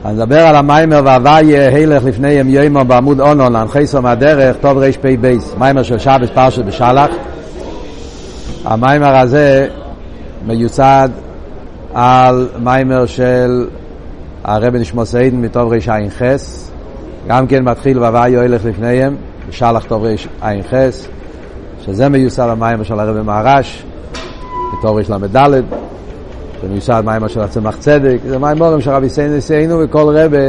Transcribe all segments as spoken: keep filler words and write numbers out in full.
נדבר על המיימר והוויה הילך לפניהם יומו בעמוד אונון להנחייסו מהדרך טוב רש פי בייס, מיימר של שבת פרשת בשלח. המיימר הזה מיוסד על מיימר של הרב נשמו סיידן מטוב רש עין חס, גם כן מתחיל והוויה הילך לפניהם בשלח טוב רש עין חס, שזה מיוסד המיימר של הרב מהרש מטוב רש למדלת, זה מיוסד מיימר של הצמח צדק. זה מיימורים של רבי סיינו סיינו, וכל רבי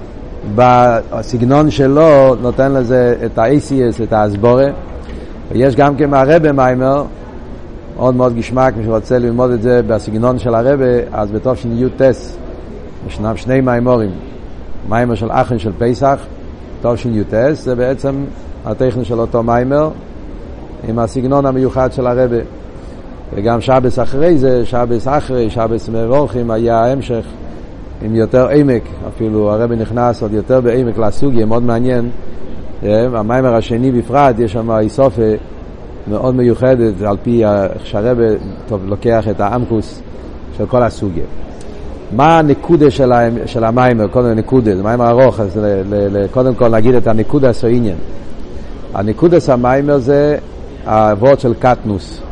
בסגנון שלו נותן לזה את ה-אי סי אס, את ההסבורה. ויש גם כן מהרבי מיימר מאוד מאוד גשמק, מי שרוצה ללמוד את זה בסגנון של הרבי, אז בטוב שניו טס ישנם שני מיימורים, מיימר של אחן של פסח, טוב שניו טס, זה בעצם הטכני של אותו מיימר עם הסגנון המיוחד של הרבי. וגם שבס אחרי זה, שבס אחרי, שבס מבורכים, היה המשך עם יותר עמק, אפילו הרבי נכנס עוד יותר בעמק לסוגיה, מאוד מעניין. המיימר השני בפרט, יש שם איסופה מאוד מיוחדת, על פי שהרבי טוב, לוקח את העמקוס של כל הסוגיה. מה הנקודה של, של המיימר? קודם הנקודה, זה מיימר ארוך, אז ל, ל, ל, קודם כל נגיד את הנקודה הסועניין. הנקודה של המיימר זה העבוד של קטנוס.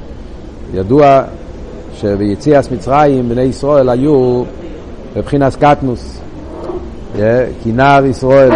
ידוע שביציאת מצרים בני ישראל היו בבחינת קטנוס, כי נער ישראל.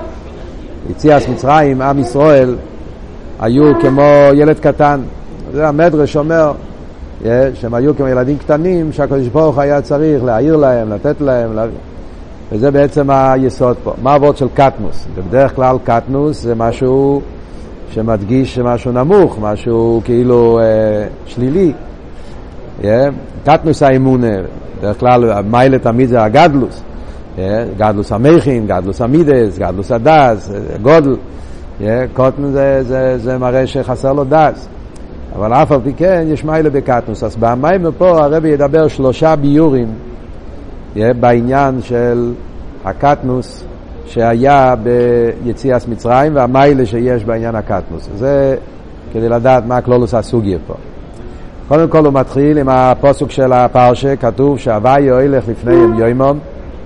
יציאת מצרים, עם ישראל, היו כמו ילד קטן. זה המדרש אומר שהם היו כמו ילדים קטנים שהקדוש ברוך היה צריך להעיר להם, לתת להם, וזה בעצם היסוד פה. מה העבוד של קטנוס? בדרך כלל קטנוס זה משהו שמדגיש משהו נמוך, משהו כאילו אה, שלילי. Yeah. קטנוס האמונה, בדרך כלל מיילה תמיד זה הגדלוס. Yeah. גדלוס המכין, גדלוס המידס, גדלוס הדס, גודל. Yeah. קטנוס זה, זה, זה מראה שחסר לו דס. אבל אף על פי כן יש מיילה בקטנוס. אז במיימר פה הרבי ידבר שלושה ביורים yeah, בעניין של הקטנוס שהיה ביציאת מצרים והמיילה שיש בעניין הקטנוס. זה כדי לדעת מה הכלולוס הסוגיה פה. קודם כל הוא מתחיל עם הפסוק של הפרשה, כתוב שהוויה הילך לפניהם יומם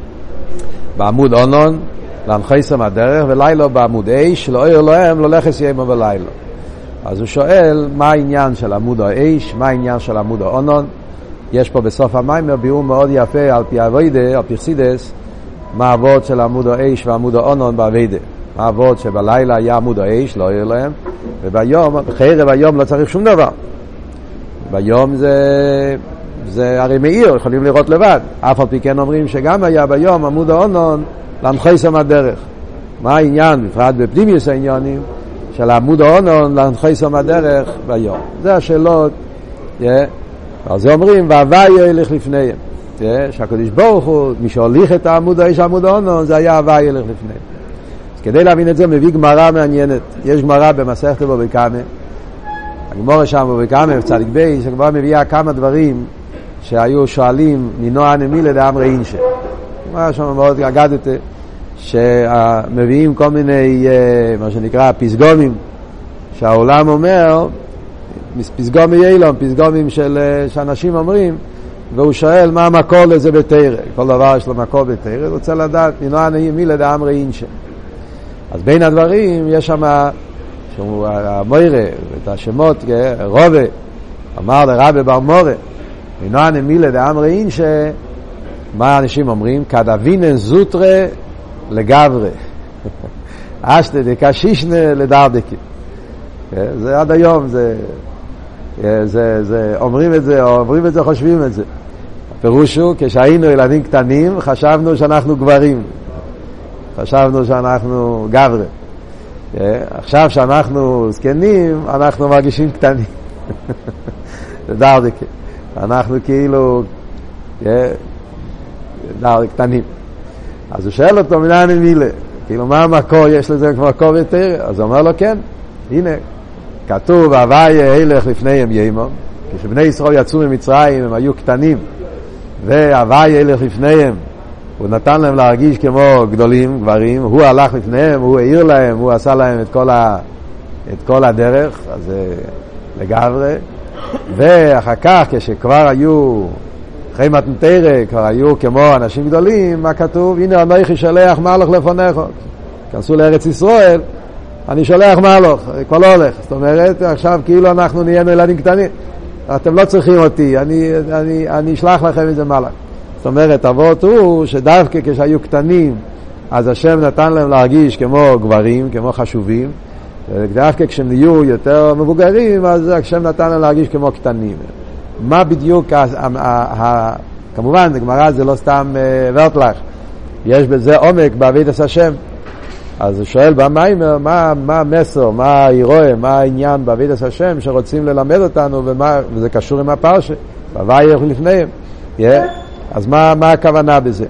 בעמוד אונון להנחייסו מהדרך ולילה בעמוד אש לא יאיר להם לא לכס יומם ולילה. אז הוא שואל מה העניין של עמוד האש, מה העניין של עמוד האונון. יש פה בסוף המיימר ביאור מאוד יפה על פי אבוידה, על פי חסידס, מה העבוד של עמוד האש ועמוד האונון בעבודה. מה העבוד שבלילה היה עמוד האש, לא יהיה להם, וביום, בחרב היום לא צריך שום דבר. ביום זה, זה הרי מאיר, יכולים לראות לבד. אף על פי כן אומרים שגם היה ביום עמוד האונון להנחייסו מהדרך. מה העניין, בפרט בפנימיוס העניינים, של עמוד האונון להנחייסו מהדרך ביום. זה השאלות, yeah. אז זה אומרים, והוויה ילך לפניהם. שהקדוש ברוך הוא, מי שהוליך את העמוד האש עמוד האונון, זה היה הוויה ילך לפניהם. אז כדי להבין את זה, מביא גמרא מעניינת. יש גמרא במסכת בבא קמא, הגמרא שם בבא קמא, צדיק בייס, הגמרא מביאה כמה דברים שהיו שואלים מנוע נמילה דאמרי אינשה. גמרא שם מאוד אגדת, שמביאים כל מיני, מה שנקרא, פסגומים, שהעולם אומר, פסגומי ילום, פסגומים של, שאנשים אומרים, והוא שואל מה המקור לזה בתורה. כל דבר יש לו מקור בתורה, הוא רוצה לדעת מנוע נמילה דאמרי אינשה. אז בין הדברים יש שם שהוא המוירה ואת השמות רובה אמר לרבי בר מורה מנוע נמילה דאמרי אינשה. מה האנשים אומרים? כדבינן זוטרה לגברה אשתה דקשישנה לדרדקי. זה עד היום זה, זה, זה אומרים את זה, אומרים את זה, חושבים את זה. הפירוש הוא, כשהיינו ילדים קטנים חשבנו שאנחנו גברים, חשבנו שאנחנו גברה. עכשיו שאנחנו זקנים אנחנו מרגישים קטנים. דרדקי, אנחנו כאילו דרדק קטנים. אז הוא שואל אותו מנוע נמילה, כאילו מה המקור, יש לזה מקור יותר? אז הוא אומר לו כן, הנה כתוב הוויה הילך לפניהם יומם, כשבני ישראל יצאו ממצרים הם היו קטנים והוויה הילך לפניהם, הוא נתן להם להרגיש כמו גדולים, גברים, הוא הלך לפניהם, הוא העיר להם, הוא עשה להם את כל, ה, את כל הדרך, אז לגמרי. ואחר כך כשכבר היו אחרי מתנתרא כבר היו כמו אנשים גדולים, מה כתוב? הנה אנוכי שולח מלאך לפניך. כנסו לארץ ישראל, אני שולח מלאך, כבר לא הולך. זאת אומרת, עכשיו כאילו אנחנו נהיינו ילדים קטנים. אתם לא צריכים אותי, אני, אני, אני אשלח לכם איזה מלאך. זאת אומרת, אבות הוא שדווקא כשהיו קטנים, אז השם נתן להם להרגיש כמו גברים, כמו חשובים. ודווקא כשהם נהיו יותר מבוגרים, אז השם נתן להם להרגיש כמו קטנים. מה בדיוק, ה, ה, ה, כמובן, גמרא זה לא סתם ורטלך. יש בזה עומק בעבודת השם. אז הוא שואל במיימר, מה, מה המסר, מה האירוע, מה העניין בעבודת השם שרוצים ללמד אותנו, ומה, וזה קשור עם הפרשה, בויח לפניהם. Yeah. אז מה, מה הכוונה בזה?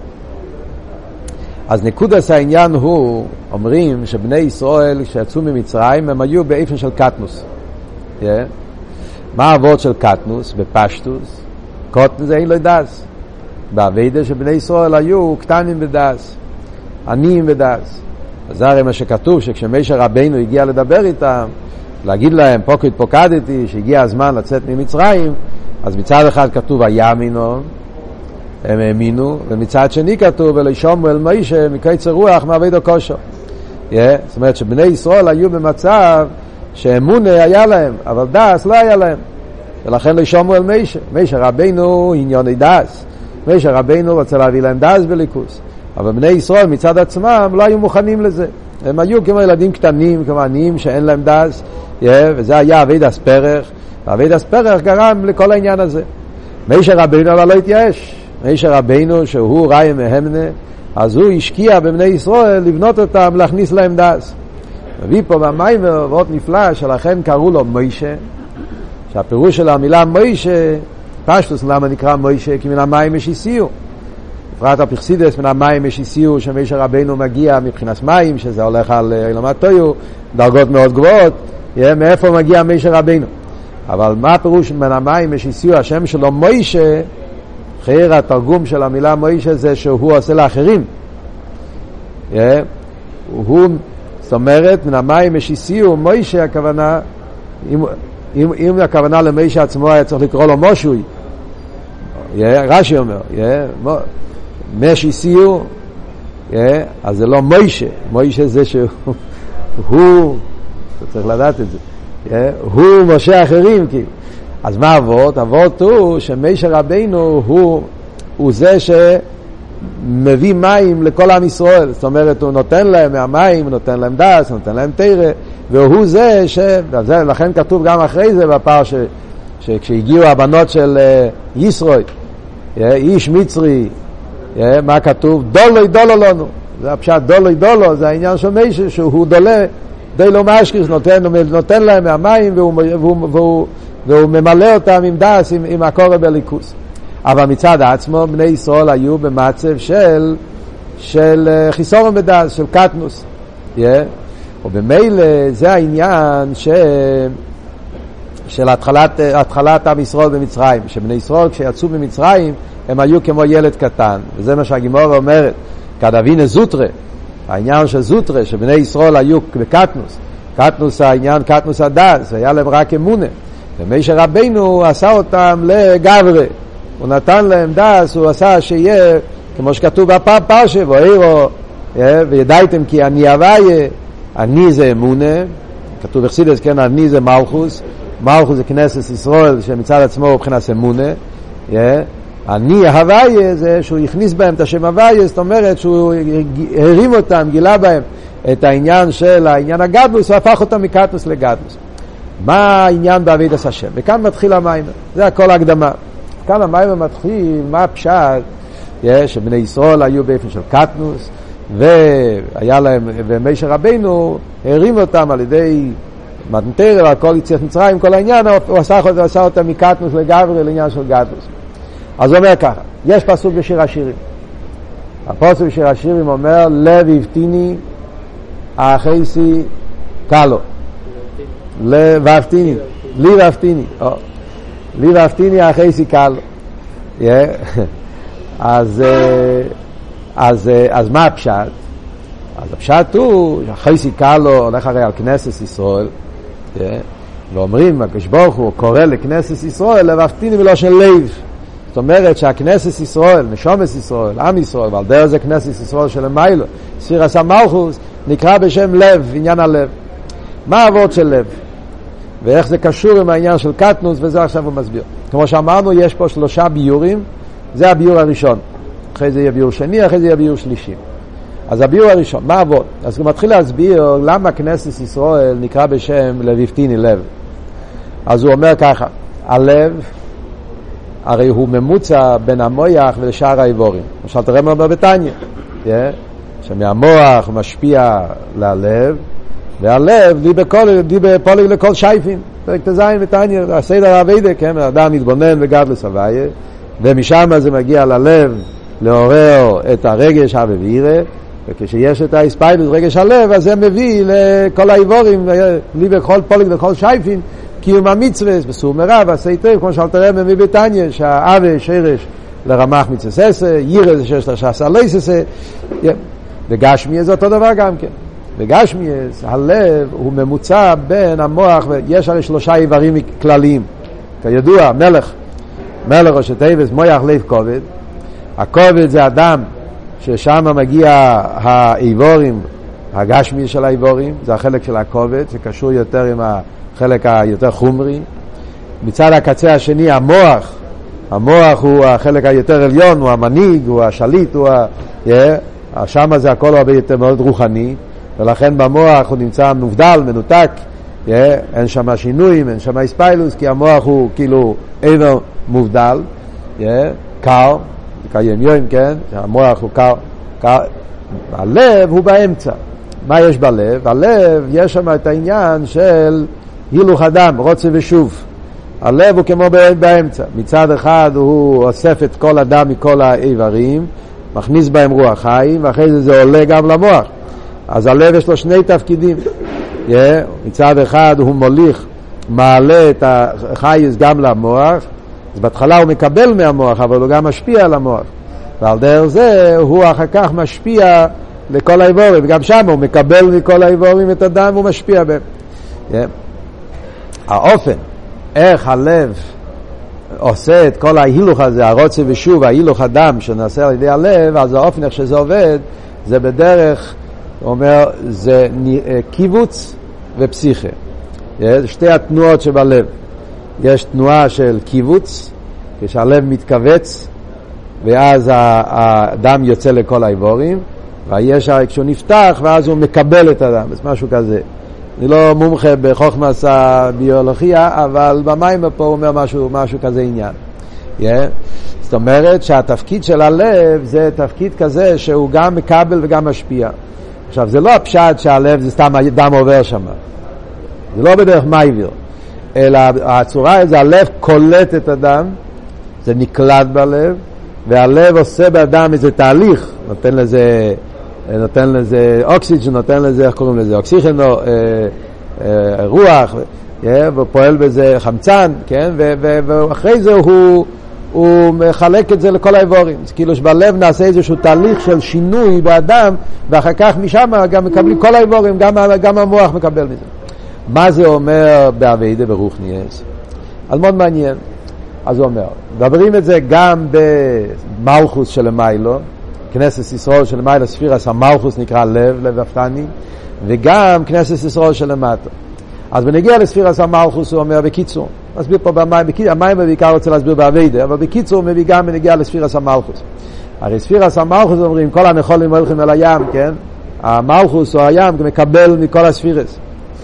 אז נקודת העניין הוא, אומרים שבני ישראל שיצאו ממצרים הם היו באופן של קטנוס. Yeah. מה העבוד של קטנוס? בפשטוס. קטנוס זה אין לו דס. בעבודה שבני ישראל היו קטנים בדס, עניים בדס. אז זה הרי מה שכתוב, שכשמשה רבינו הגיע לדבר איתם, להגיד להם, פוקד פוקדתי, שהגיע הזמן לצאת ממצרים, אז מצד אחד כתוב, היאמינו, הם האמינו, ומצד שני כתוב, ולשמו אל משה, מקצר רוח, מעבד הכושר. Yeah, זאת אומרת שבני ישראל היו במצב שאמונה היה להם, אבל דס לא היה להם. ולכן לשמו אל משה. משה רבינו ענייני דס. משה רבינו רוצה להביא להם דס בליכוס. אבל בני ישראל מצד עצמם לא היו מוכנים לזה. הם היו כמו ילדים קטנים, כמו עניים שאין להם דס, yeah, וזה היה עבודת פרך. ועבודת פרך גרם לכל העניין הזה. משה רבינו אבל לא התייאש. משה רבינו שהוא ראי מהמנה, אז הוא השקיע בבני ישראל לבנות אותם, להכניס להם דס. מביא פה במיימר ועוד נפלא, שלכן קראו לו מוישה, שהפירוש של המילה מוישה, פשטוס למה נקרא מוישה? כי מן המים יש איסיו. בפרט הפרסידס מן המים יש איסיו, שמשה רבינו מגיע מבחינת מים, שזה הולך על עולמת תויו, דרגות מאוד גבוהות, מאיפה מגיע משה רבינו. אבל מה הפירוש מן המים יש איסיו? השם שלו מוישה, חייר התרגום של המילה מוישה זה שהוא עושה לאחרים. הוא, זאת אומרת, מן המים יש איסיו, מוישה הכוונה, אם, אם, אם הכוונה למשה עצמו היה צריך לקרוא לו מושוי, רש"י אומר, מש איסיו, אז זה לא מוישה, מוישה זה שהוא, הוא, צריך לדעת את זה, הוא משה אחרים כאילו. אז מה אבות? אבות הוא שמשה רבינו הוא, הוא זה שמביא מים לכל עם ישראל. זאת אומרת, הוא נותן להם מהמים, הוא נותן להם דס, הוא נותן להם תירה, והוא זה ש... לכן כתוב גם אחרי זה בפר ש... שכשהגיעו הבנות של ישראל, איש מצרי, מה כתוב? דולוי דולו לנו. זה הפשט דולוי דולו, זה העניין של משה, שהוא דולה, די לא משקיס, נותן, נותן להם מהמים, והוא... והוא, והוא והוא ממלא אותם עם דס, עם, עם הקורא בליכוס. אבל מצד עצמו, בני ישראל היו במצב של, של חיסורם בדס, של קטנוס. Yeah. ובמילא זה העניין ש, של התחלת, התחלת עם ישראל במצרים. שבני ישראל כשיצאו במצרים, הם היו כמו ילד קטן. וזה מה שהגימורה אומרת, כדבינה זוטרה. העניין של זוטרה, שבני ישראל היו בקטנוס. קטנוס העניין, קטנוס הדס, היה להם רק אמונה. ומשה רבינו עשה אותם לגברי, הוא נתן להם דס, הוא עשה שיהיה כמו שכתוב בפרשה, ואירו וידעתם כי אני הוויה, אני זה אמונה, כתוב בחסידות, כן, אני זה מלכוס, מלכוס זה כנסת ישראל שמצד עצמו מבחינת אמונה, אני הוויה זה שהוא הכניס בהם את השם הוויה, זאת אומרת שהוא הרים אותם, גילה בהם את העניין של העניין הגדלוס, והפך אותם מקטנוס לגדלוס. מה העניין בעבודת השם? וכאן מתחיל המיימר, זה הכל הקדמה. כאן המיימר מתחיל, מה הפשט? יש, שבני ישראל היו באופן של קטנוס, והיה להם, ומשה רבינו הרים אותם על ידי מתנתרא, על כל יציאת מצרים, כל העניין, הוא עשה, הוא עשה אותם מקטנוס לגברי, לעניין של גדלוס. אז הוא אומר ככה, יש פסוק בשיר השירים. הפסוק בשיר השירים אומר, לב הבטיני, האחייסי קלו. לבפטיני, לי ואפטיני, לי ואפטיני אחרי סיכל. אז אז אז מה הפשט? אז הפשט הוא אחרי סיכל הולך הרי על כנסת ישראל, ואומרים הקדוש ברוך הוא קורא לכנסת ישראל לבפטיני ולא של לב. זאת אומרת שהכנסת ישראל, נשומס ישראל, עם ישראל, ועל דרך זה כנסת ישראל של המיילו, ספירס המלכוס, נקרא בשם לב, עניין הלב. מה העבוד של לב? ואיך זה קשור עם העניין של קטנוס, וזה עכשיו הוא מסביר. כמו שאמרנו, יש פה שלושה ביורים, זה הביור הראשון. אחרי זה יהיה ביור שני, אחרי זה יהיה ביור שלישי. אז הביור הראשון, מה העבוד? אז הוא מתחיל להסביר למה כנסת ישראל נקרא בשם לביפטיני לב. אז הוא אומר ככה, הלב, הרי הוא ממוצע בין המוח ולשאר האיבורים. למשל תראה מה אומר בתניא, שמהמוח משפיע ללב, והלב די בכל, די בפולג לכל שייפין. פרק תזין בתניא, הסדר העבודה, כן, האדם מתבונן וגד לסבייה, ומשם זה מגיע ללב לעורר את הרגש האווירה, וכשיש את ההספיילות רגש הלב, אז זה מביא לכל האיבורים, לי בכל פולג לכל שייפין, קיום המצווה, בסור מרע, ועשה היטב, כמו שאל תראה ממי בתניא, שהאווה שרש לרמח מצססה, יירא זה שרש לרשסה לייססה, וגשמי זה אותו דבר גם כן. וגשמי, הלב הוא ממוצע בין המוח, ויש הרי שלושה איברים כלליים. כידוע, מלך, מלך ראשי תיבות, מוח לב כובד. הכובד זה אדם ששם מגיע האיבורים, הגשמי של האיבורים, זה החלק של הכובד, שקשור יותר עם החלק היותר חומרי. מצד הקצה השני, המוח, המוח הוא החלק היותר עליון, הוא המנהיג, הוא השליט, הוא ה... yeah, שם זה הכל הרבה יותר מאוד רוחני, ולכן במוח הוא נמצא מובדל, מנותק, yeah, אין שם שינויים, אין שם הספיילוס, כי המוח הוא כאילו איבר מובדל, yeah, קר, קיים יום, כן? המוח הוא קר, קר, הלב הוא באמצע. מה יש בלב? הלב יש שם את העניין של הילוך אדם, רוצה ושוב. הלב הוא כמו באמצע. מצד אחד הוא אוסף את כל אדם מכל האיברים, מכניס בהם רוח חיים, ואחרי זה זה עולה גם למוח. אז הלב יש לו שני תפקידים. Yeah, מצד אחד הוא מוליך, מעלה את החייס גם למוח, אז בהתחלה הוא מקבל מהמוח, אבל הוא גם משפיע על המוח. ועל דרך זה הוא אחר כך משפיע לכל האיבורים, וגם שם הוא מקבל מכל האיבורים את הדם והוא משפיע בהם. Yeah. האופן, איך הלב עושה את כל ההילוך הזה, הרוצה ושוב, ההילוך הדם שנעשה על ידי הלב, אז האופן איך שזה עובד, זה בדרך, הוא אומר, זה קיבוץ ופסיכה. זה שתי התנועות שבלב. יש תנועה של קיבוץ, כשהלב מתכווץ, ואז הדם יוצא לכל האיבורים, ויש כשהוא נפתח, ואז הוא מקבל את הדם, זה משהו כזה. אני לא מומחה בחוכמת הביולוגיה, אבל במים פה הוא אומר משהו, משהו כזה עניין. Yeah. זאת אומרת שהתפקיד של הלב זה תפקיד כזה שהוא גם מקבל וגם משפיע. עכשיו, זה לא הפשט שהלב זה סתם דם עובר שם. זה לא בדרך מייביר. אלא הצורה זה הלב קולט את הדם, זה נקלט בלב, והלב עושה באדם איזה תהליך, נותן לזה... נותן לזה אוקסיג'ן, נותן לזה, איך קוראים לזה, אוקסיג'ן, אה, אה, רוח, אה, ופועל בזה חמצן, כן? ו- ו- ואחרי זה הוא, הוא מחלק את זה לכל האיבורים. זה כאילו שבלב נעשה איזשהו תהליך של שינוי באדם, ואחר כך משם גם מקבלים כל האיבורים, גם, גם המוח מקבל מזה. מה זה אומר בעבודה ברוחניאס? אז מאוד מעניין. אז הוא אומר, דברים את זה גם במלכוס של המיילו, כנסת ישראל של למעלה ספירס המלכוס נקרא לב, לב הפתני, וגם כנסת ישראל של למטה. אז בנגיע לספירס המלכוס הוא אומר בקיצור, מסביר פה במים, המים בעיקר רוצה להסביר בעבודה, אבל בקיצור הוא מביא גם בנגיע לספירס המלכוס. הרי ספירס המלכוס אומרים, כל הנחולים הולכים אל הים, כן? המלכוס או הים מקבל מכל הספירס.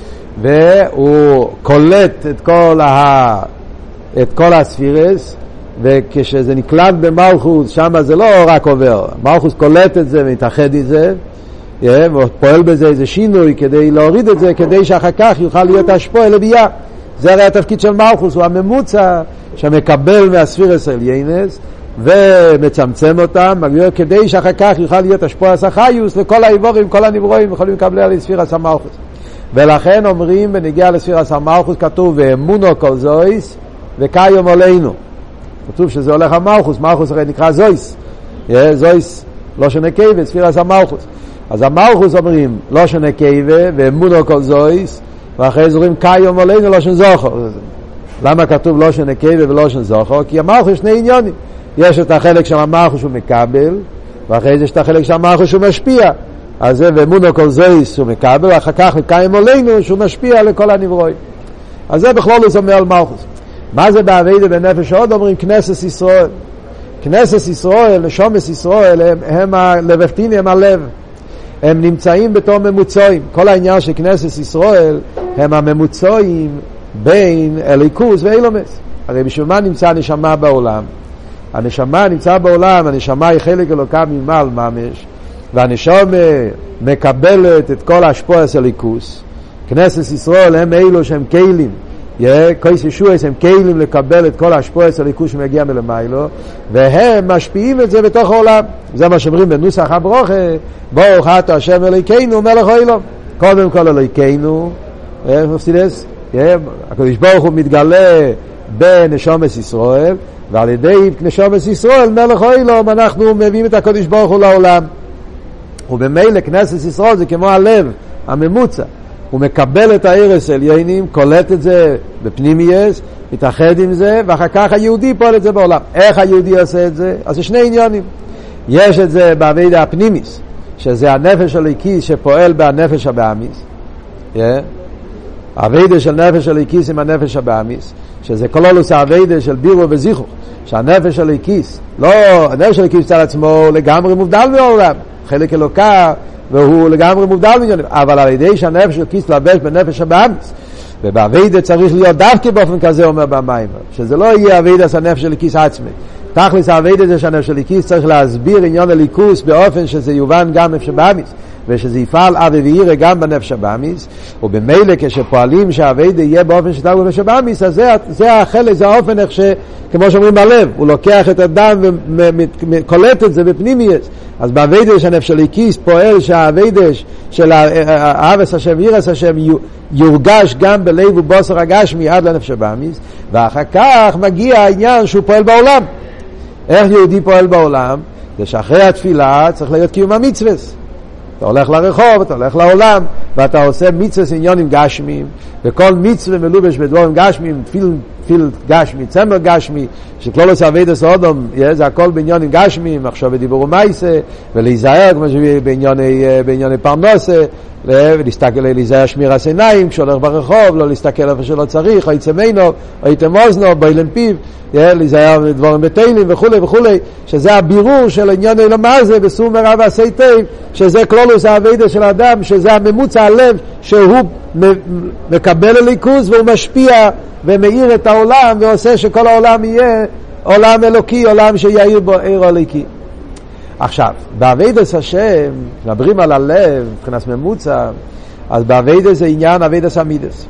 והוא קולט את כל, ה... את כל הספירס, וכשזה נקלט במלכוס, שם זה לא רק עובר. מלכוס קולט את זה ומתאחד את זה, ופועל בזה איזה שינוי כדי להוריד את זה, כדי שאחר כך יוכל להיות השפוע לבייה. זה הרי התפקיד של מלכוס, הוא הממוצע שמקבל מהספירס העליינס, ומצמצם אותם, כדי שאחר כך יוכל להיות השפוע הסחיוס, לכל האיבורים, כל הנברואים יכולים לקבל על ספירס המלכוס. ולכן אומרים, בנגיע לספירס המלכוס, כתוב, ואמונו כל זויס, וקיים עלינו. כתוב שזה הולך המלכוס, מלכוס הרי נקרא זויס, זויס לא שנקייבה, ספירס המלכוס. אז המלכוס אומרים לא שנקייבה, ואמונו כל זויס, ואחרי זה אומרים קיים עלינו לא שנזוכר. למה כתוב לא של נקבה ולא של זוכר? כי המלכות יש שני עניונים. יש את החלק של המלכות שהוא מקבל, ואחרי זה יש את החלק של המלכות שהוא משפיע. אז זה ומונו כל זויס הוא מקבל, ואחר כך מקיים עלינו שהוא משפיע לכל הנברואים. אז זה בכלול הוא אומר על מלכות. מה זה בעבודה בנפש עוד? אומרים כנסת ישראל. כנסת ישראל, נשומס ישראל, הם, הם הלבפטיני, הם הלב. הם נמצאים בתור ממוצעים. כל העניין של כנסת ישראל הם הממוצעים בין אליקוס ואילומס. הרי בשביל מה נמצא הנשמה בעולם? הנשמה נמצא בעולם, הנשמה היא חלק אלוקה ממעל ממש, והנשמה מקבלת את כל השפוע של אליקוס. כנסת ישראל הם אלו שהם כלים, כויס ישועס הם כלים לקבל את כל השפוע של אליקוס שמגיע מלמיילו, והם משפיעים את זה בתוך העולם. זה מה שאומרים בנוסח הברוכה, ברוך אתה השם אלוהינו מלך העולם. קודם כל אלוהינו, הקדוש ברוך הוא מתגלה בנשמת ישראל, ועל ידי נשמת ישראל מלך העולם אנחנו מביאים את הקדוש ברוך הוא לעולם. ובמילא כנסת ישראל זה כמו הלב הממוצע, הוא מקבל את הערס העליונים, קולט את זה בפנימייס, מתאחד עם זה, ואחר כך היהודי פועל את זה בעולם. איך היהודי עושה את זה? אז יש שני עניונים. יש את זה בעבודה הפנימיס, שזה הנפש הליקיס שפועל בנפש הבאמיס. Yeah. העבודה של נפש הליקיס עם הנפש הבאמיס, שזה כלולוס העבודה של בירו וזיכוך, שהנפש הליקיס, לא, הנפש הליקיס על עצמו לגמרי מובדל מהעולם, חלק אלוקה, והוא לגמרי מובדל מעניינים, אבל על ידי שהנפש הליקיס לבש בנפש הבאמיס, ובעבודה צריך להיות דווקא באופן כזה, אומר במים, שזה לא יהיה עבודה של הנפש הליקיס עצמי. תכלס העבודה זה שהנפש הליקיס צריך להסביר עניין הליכוס באופן שזה יובן גם נפש הבאמיס, ושזה יפעל אבי וירא גם בנפש הבאמיס, ובמילא כשפועלים שהעבודה יהיה באופן שתאו בנפש הבאמיס, אז זה, זה החלק, זה האופן איך שכמו שאומרים בלב, הוא לוקח את הדם וקולט את זה בפנימיות. אז בעבודה שהנפש הליקיס פועל שהעבודה של האבס השם וירס השם יורגש גם בלב ובוסר הגשמי עד לנפש הבאמיס, ואחר כך מגיע העניין שהוא פועל בעולם. איך יהודי פועל בעולם? זה שאחרי התפילה צריך להיות קיום המצווס. אתה הולך לרחוב, אתה הולך לעולם, ואתה עושה מצווס עניונים גשמיים, וכל מצווה מלובש בדברים גשמיים, תפיל, תפיל גשמי, צמר גשמי, שכלול עושה עבודת סודום, זה הכל בעניונים גשמיים, עכשיו בדיבור ומייסה, ולהיזהר, כמו שבענייני פרנסה, ולהסתכל, להיזהר שמירת עיניים, כשהולך ברחוב, לא להסתכל איפה שלא צריך, או יצמנו, או יתם אוזנו, בוילן פיו, להיזהר דברים בטיילים וכו' וכו', שזה הבירור של עניין מה זה בסור מרע ועשה טוב, שזה כלולוס העבודה של האדם, שזה הממוצע הלב, שהוא מקבל הליכוז והוא משפיע ומאיר את העולם ועושה שכל העולם יהיה עולם אלוקי, עולם שיעיר בו עיר אלוקי. עכשיו, בעבודת השם, מדברים על הלב, מבחינת ממוצע, אז בעבודת זה עניין עבודת המידס.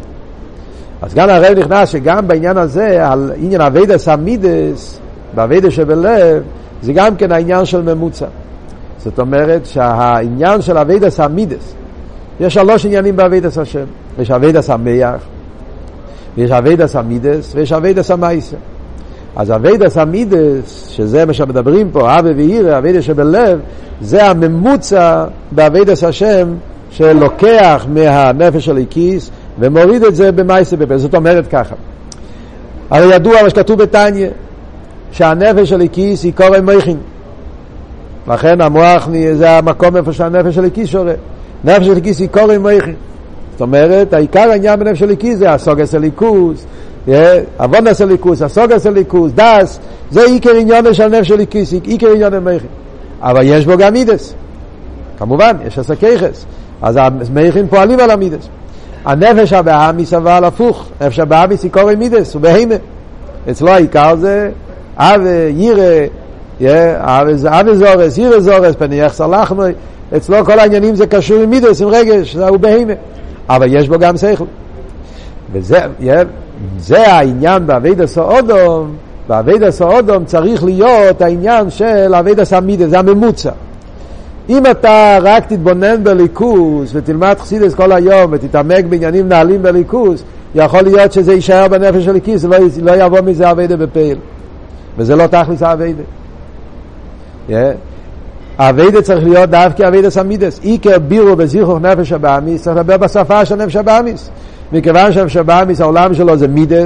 אז גם הרב נכנס שגם בעניין הזה, על עניין עבודת המידס, בעבודת שבלב, זה גם כן העניין של ממוצע. זאת אומרת שהעניין של עבודת המידס, יש שלוש עניינים בעבודת השם. יש עבודת המח, ויש עבודת המידס, ויש עבודת המעשה. אז עבודת המידס, שזה מה שמדברים פה, אבי וירא, עבודת שבלב, זה הממוצע בעבודת השם שלוקח מהנפש הליקיס ומוריד את זה במעשה בפה. זאת אומרת ככה. הרי ידוע מה שכתוב בתניא, שהנפש הליקיס היא קורא מויכין. לכן המוח זה המקום איפה שהנפש הליקיס שורה. נפש הליקיס היא קורא מויכין. זאת אומרת, העיקר העניין בנפש הליקיס זה הסוגס הליכוס, אבונס הליכוס, הסוגס הליכוס, דס, זה עיקר עניין של נפש הליקיס, עיקר עניין המויכין. אבל יש בו גם מידס. כמובן, יש הסכיחס. אז המויכין פועלים על המידס. הנפש הבאמיס אבל הפוך, נפש הבאמיס היא קורא מידס, הוא בהימה. אצלו העיקר זה אבי, ירא, אבי זורס, ירא זורס, פניח סלחנו, אצלו כל העניינים זה קשור עם מידס, עם רגש, הוא בהימה. אבל יש בו גם שכל. וזה, זה העניין בעבודת סעודום, בעבודת סעודום צריך להיות העניין של עבודת המידס, זה הממוצע. אם אתה רק תתבונן בליכוס ותלמד חסידות כל היום ותתעמק בעניינים נעלים בליכוס, יכול להיות שזה יישאר בנפש הליקיס, לא, לא יבוא מזה עבודה בפעיל. וזה לא תכלס העבודה. Yeah. העבודה צריך להיות דווקא עבודת המידס. עיקר בירו בזיכוך נפש הבאמיס, צריך לדבר בשפה של נפש הבאמיס. מכיוון שנפש הבאמיס, העולם שלו זה מידס,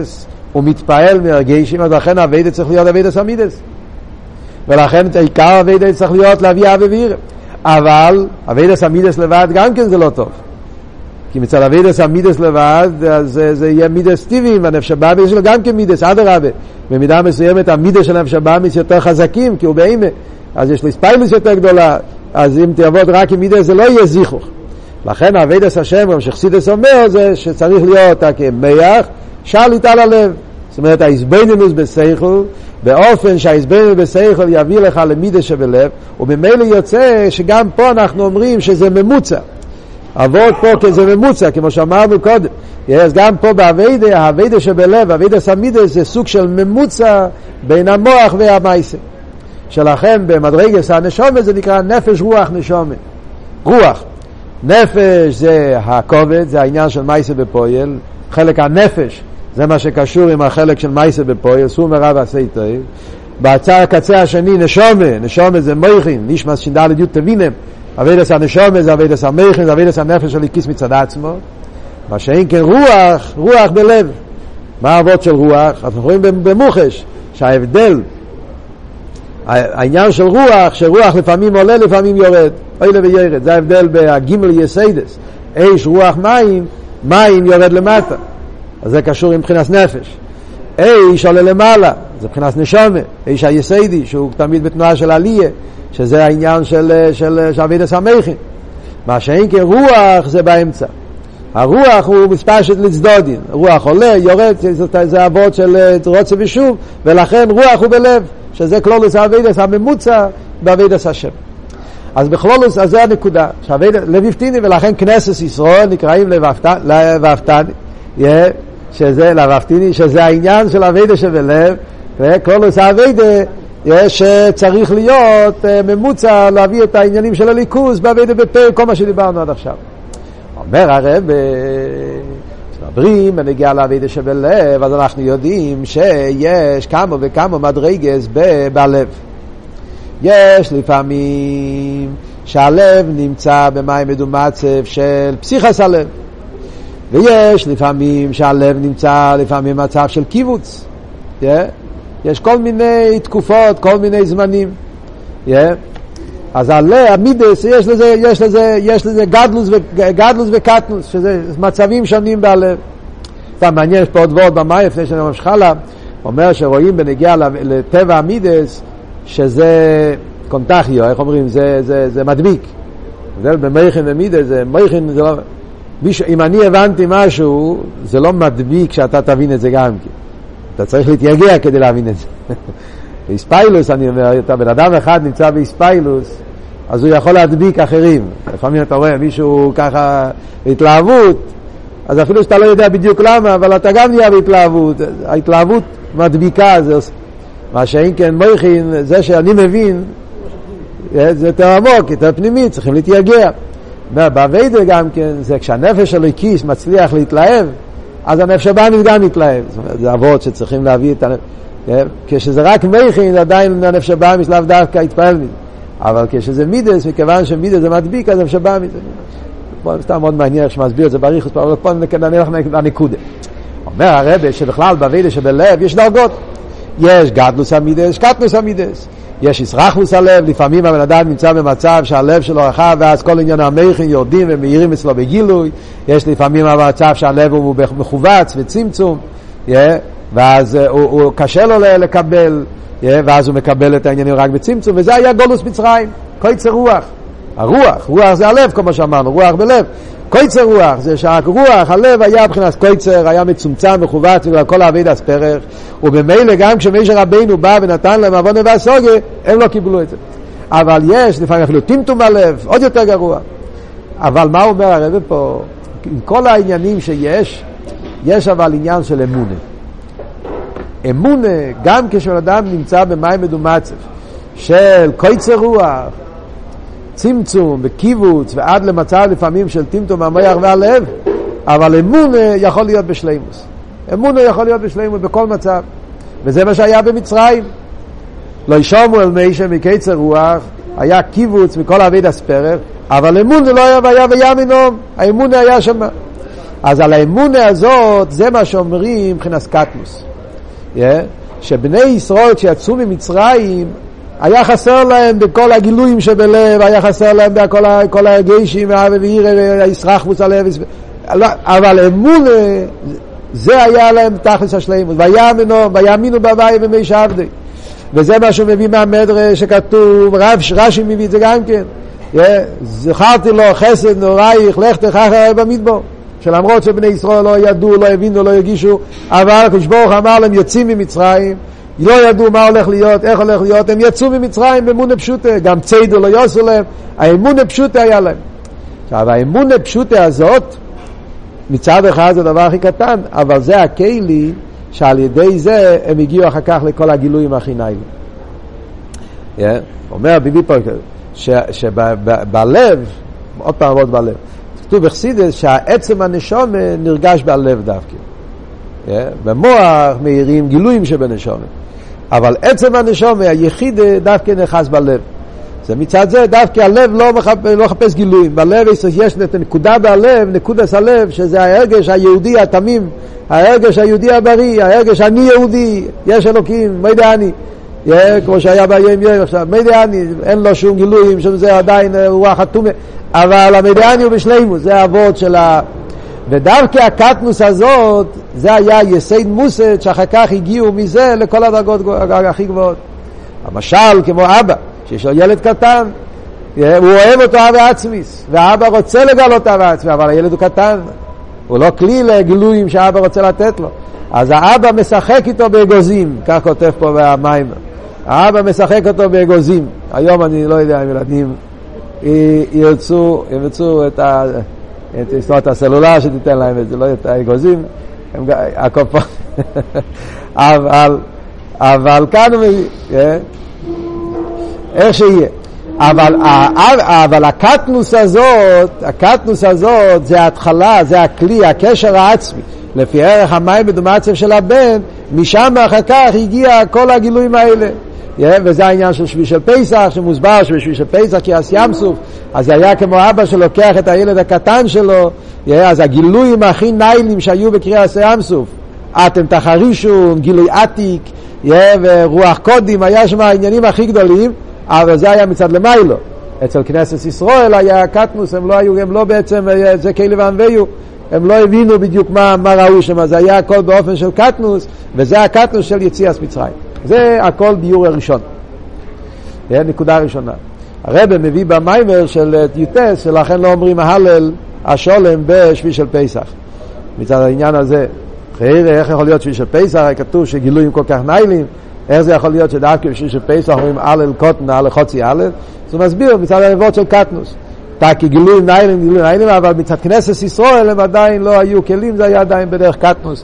הוא מתפעל מהרגשים, אז לכן הווידה צריך להיות הווידה סמידס. ולכן עיקר הווידה צריך להיות להביא אבא ואירא. אבל הווידה סמידס לבד גם כן זה לא טוב. כי מצד הווידה סמידס לבד, אז זה, זה יהיה מידס טבעיים, והנפש הבאמיס יש לו גם כן מידס, עד הרבה. במידה מסוימת המידס של הנפש הבאמיס יותר חזקים, כי הוא באימה. אז יש לו ספיילוס יותר גדולה. אז אם תעבוד רק עם מידס זה לא יהיה זיכוך. לכן הווידס השם, שחסידס אומר, זה שצריך להיות כמח, שליט על הלב. זאת אומרת, ההסבינינוס בסייכל, באופן שההסבינינוס בסייכל יביא לך למידס שבלב, וממילא יוצא שגם פה אנחנו אומרים שזה ממוצע. עבוד פה כזה ממוצע, כמו שאמרנו קודם. אז גם פה בהווידה, ההווידה שבלב, ההווידה סמידס, זה סוג של ממוצע בין המוח והמייסה. שלכן במדרגס הנשומת זה נקרא נפש רוח נשומת. רוח. נפש זה הכובד, זה העניין של מייסה בפועל. חלק הנפש זה מה שקשור עם החלק של מייסה בפועל, סור מרע ועשה טוב. בצד הקצה השני נשומת, נשומת זה מויכין, נשמס שינדלת י' תבינם. אבידס הנשומת זה אבידס המויכין, זה אבידס הנפש של איקיס מצד עצמו. מה שאין כן רוח, רוח בלב. מה העבוד של רוח? אנחנו רואים במוחש שההבדל, העניין של רוח, שרוח לפעמים עולה לפעמים יורד, עולה וירד, זה ההבדל בהגימל יסיידס. אש רוח מים, מים יורד למטה, אז זה קשור עם מבחינת נפש. אש עולה למעלה, זה מבחינת נשומת. אש היסיידי שהוא תמיד בתנועה של עלייה, שזה העניין של של אבידס המויכין. מה שאין כן רוח זה באמצע. הרוח הוא מספשת לצדודין, רוח עולה יורד, זה עבוד של רוצה ושוב, ולכן רוח הוא בלב, שזה כלולוס האבידס הממוצע באבידס השם. אז בכלולוס, אז זה הנקודה, לביפתיני, ולכן כנסת ישראל נקראים לבפתני, שזה לבפתיני, שזה העניין של אבידס שבלב, וכלולוס האבידס שצריך להיות ממוצע להביא את העניינים של הליכוס באבידס בפה, כל מה שדיברנו עד עכשיו. אומר הרב, מדברים ונגיע לאבידס שבלב, אז אנחנו יודעים שיש כמה וכמה מדרגס בלב. יש לפעמים שהלב נמצא במים מדומצב של פסיכס הלב, ויש לפעמים שהלב נמצא לפעמים במצב של קיבוץ. Yeah. יש כל מיני תקופות, כל מיני זמנים. Yeah. אז עלה המידס יש לזה יש לזה יש לזה גדלוס וגדלוס וקטנוס, שזה מצבים שונים בלב. אתה מעניין פה עוד ועוד במים לפני שאני ממשיך הלאה, אומר שרואים בנגיעה לטבע המידס שזה קונטחיו, איך אומרים, זה זה זה מדביק. זה במייכין ומידס, זה מייכין, זה לא מישהו, אם אני הבנתי משהו זה לא מדביק שאתה תבין את זה גם כן, אתה צריך להתייגע כדי להבין את זה. באספיילוס אני אומר, אתה בן אדם אחד נמצא באספיילוס, אז הוא יכול להדביק אחרים. לפעמים אתה רואה מישהו ככה התלהבות, אז אפילו שאתה לא יודע בדיוק למה, אבל אתה גם נהיה בהתלהבות. ההתלהבות מדביקה, זה מה שאין כן מויכין, זה שאני מבין, זה יותר עמוק, יותר פנימי, צריכים להתייגע. בעבודה גם כן, זה כשהנפש של הכיס מצליח להתלהב, אז הנפש הבאמיס גם מתלהב. זאת אומרת, זה עבוד שצריכים להביא את הנפש. כשזה רק מייכין, עדיין הנפש הבאמיס לאו דווקא התפעל מזה. אבל כשזה מידס, מכיוון שמידס זה מדביק, אז הנפש הבאמיס. פה סתם מאוד מעניין איך שמסביר את זה בריחוס, אבל פה נלך לנקודה. אומר הרב שבכלל בעבודה שבלב יש דרגות. יש גדלוס המידס, קטנוס המידס. יש ישרחלוס הלב, לפעמים הבן אדם נמצא במצב שהלב שלו רחב, ואז כל עניין המייכין יורדים ומאירים אצלו בגילוי. יש לפעמים המצב שהלב הוא מחובץ וצמצום, ואז הוא, הוא קשה לו לקבל, ואז הוא מקבל את העניינים רק בצמצום, וזה היה גולוס מצרים, קויצר רוח. הרוח, רוח זה הלב, כמו שאמרנו, רוח בלב. קויצר רוח, זה שהרוח, הלב היה מבחינת קויצר, היה מצומצם, מחובץ, וכל העבודה הספרך, ובמילא גם כשמשה רבינו בא ונתן להם עוונה והסוגיה, הם לא קיבלו את זה. אבל יש, לפעמים אפילו טמטום בלב, עוד יותר גרוע. אבל מה אומר הרב פה? עם כל העניינים שיש, יש אבל עניין של אמונה. אמונה, גם כשאדם נמצא במים מדומצב, של קויצר רוח, צמצום וקיבוץ ועד למצב לפעמים של טמטום המוח והלב, אבל אמונה יכול להיות בשלימוס. אמונה יכול להיות בשלימוס בכל מצב, וזה מה שהיה במצרים. לא ישמו אל משה מקצר רוח, היה קיבוץ מכל עבודת הספרך, אבל אמונה לא היה והיה וימינום, האמונה היה שם. אז על האמונה הזאת זה מה שאומרים מבחינת קטנוס. Yeah? שבני ישראל כשיצאו ממצרים, היה חסר להם בכל הגילויים שבלב, היה חסר להם בכל הרגשים, והישרחבוס הלב, אבל אמון, זה היה להם תכלס השלמות. ויאמינו בהווי במי שעבדי. וזה מה שהוא מביא מהמדרש שכתוב, רש"י מביא את זה גם כן. זכרתי לו חסד נורייך, לך תכך במדבר. שלמרות שבני ישראל לא ידעו, לא הבינו, לא הרגישו, אבל הקדוש ברוך אמר להם יוצאים ממצרים, לא ידעו מה הולך להיות, איך הולך להיות, הם יצאו ממצרים באמונה פשוטה, גם ציידו לא יעשו להם, האמונה פשוטה היה להם. עכשיו האמונה פשוטה הזאת, מצד אחד זה הדבר הכי קטן, אבל זה הכלי שעל ידי זה הם הגיעו אחר כך לכל הגילויים הכי נעלים. Yeah. אומר ביבי פה שבלב, עוד פעם עוד בלב, כתוב בחסידות שהעצם הנשום נרגש בלב דווקא. Yeah. במוח מהירים גילויים שבנשום. אבל עצם הנשום היחיד דווקא נחס בלב. זה מצד זה דווקא הלב לא מחפש, לא מחפש גילויים. בלב יש נקודה בלב, נקודת הלב, שזה ההרגש היהודי התמים, ההרגש היהודי הבריא, ההרגש אני יהודי, יש אלוקים, מי יודע אני. כמו שהיה ביום יום עכשיו, מי יודע אני, אין לו שום גילויים, שזה עדיין רוח התומה, אבל המדיאני הוא בשלימוס, זה האבות של ה... ודווקא הקטנוס הזאת, זה היה יסד מוסד, שאחר כך הגיעו מזה לכל הדרגות הכי גבוהות. המשל כמו אבא, שיש לו ילד קטן, הוא אוהב אותו אהבה עצמיס, והאבא רוצה לגלות אהבה עצמי, אבל הילד הוא קטן, הוא לא כלי לגילויים שהאבא רוצה לתת לו. אז האבא משחק איתו באגוזים, כך כותב פה במים. האבא משחק אותו באגוזים. היום אני לא יודע אם ילדים ירצו, ירצו את ה... את הסלולר שתיתן להם את זה, לא את האגוזים, הקופות. אבל, אבל כאן הוא מביא, איך שיהיה. אבל, אבל הקטנוס הזאת, הקטנוס הזאת זה ההתחלה, זה הכלי, הקשר העצמי. לפי ערך המים בדומצב של הבן, משם אחר כך הגיע כל הגילויים האלה. Yeah, וזה העניין של שביל של פסח, שמוסבר שבשביל של פסח כי אז ים סוף, אז זה היה כמו אבא שלוקח את הילד הקטן שלו, yeah, אז הגילויים הכי ניילים שהיו בקריאת ים סוף, אתם תחרישו, גילוי עתיק, yeah, ורוח קודים, היה שם העניינים הכי גדולים, אבל זה היה מצד למיילו. אצל כנסת ישראל היה קטנוס, הם לא היו, הם לא בעצם, זה כאלה וענוויו, הם לא הבינו בדיוק מה, מה ראו שם, זה היה הכל באופן של קטנוס, וזה הקטנוס של יציאת מצרים. זה הכל ביור הראשון. זה נקודה ראשונה. הרב מביא במיימר של יוטס, שלכן לא אומרים ההלל השולם בשביל של פסח. מצד העניין הזה, איך יכול להיות שביל של פסח, כתוב שגילויים כל כך ניילים, איך זה יכול להיות שדווקא בשביל של פסח אומרים הלל קוטן, הלל חוצי הלל, זה מסביר מצד הנבואות של קטנוס. כי גילויים ניילים, גילויים ניילים, אבל מצד כנסת ישראל הם עדיין לא היו כלים, זה היה עדיין בדרך קטנוס.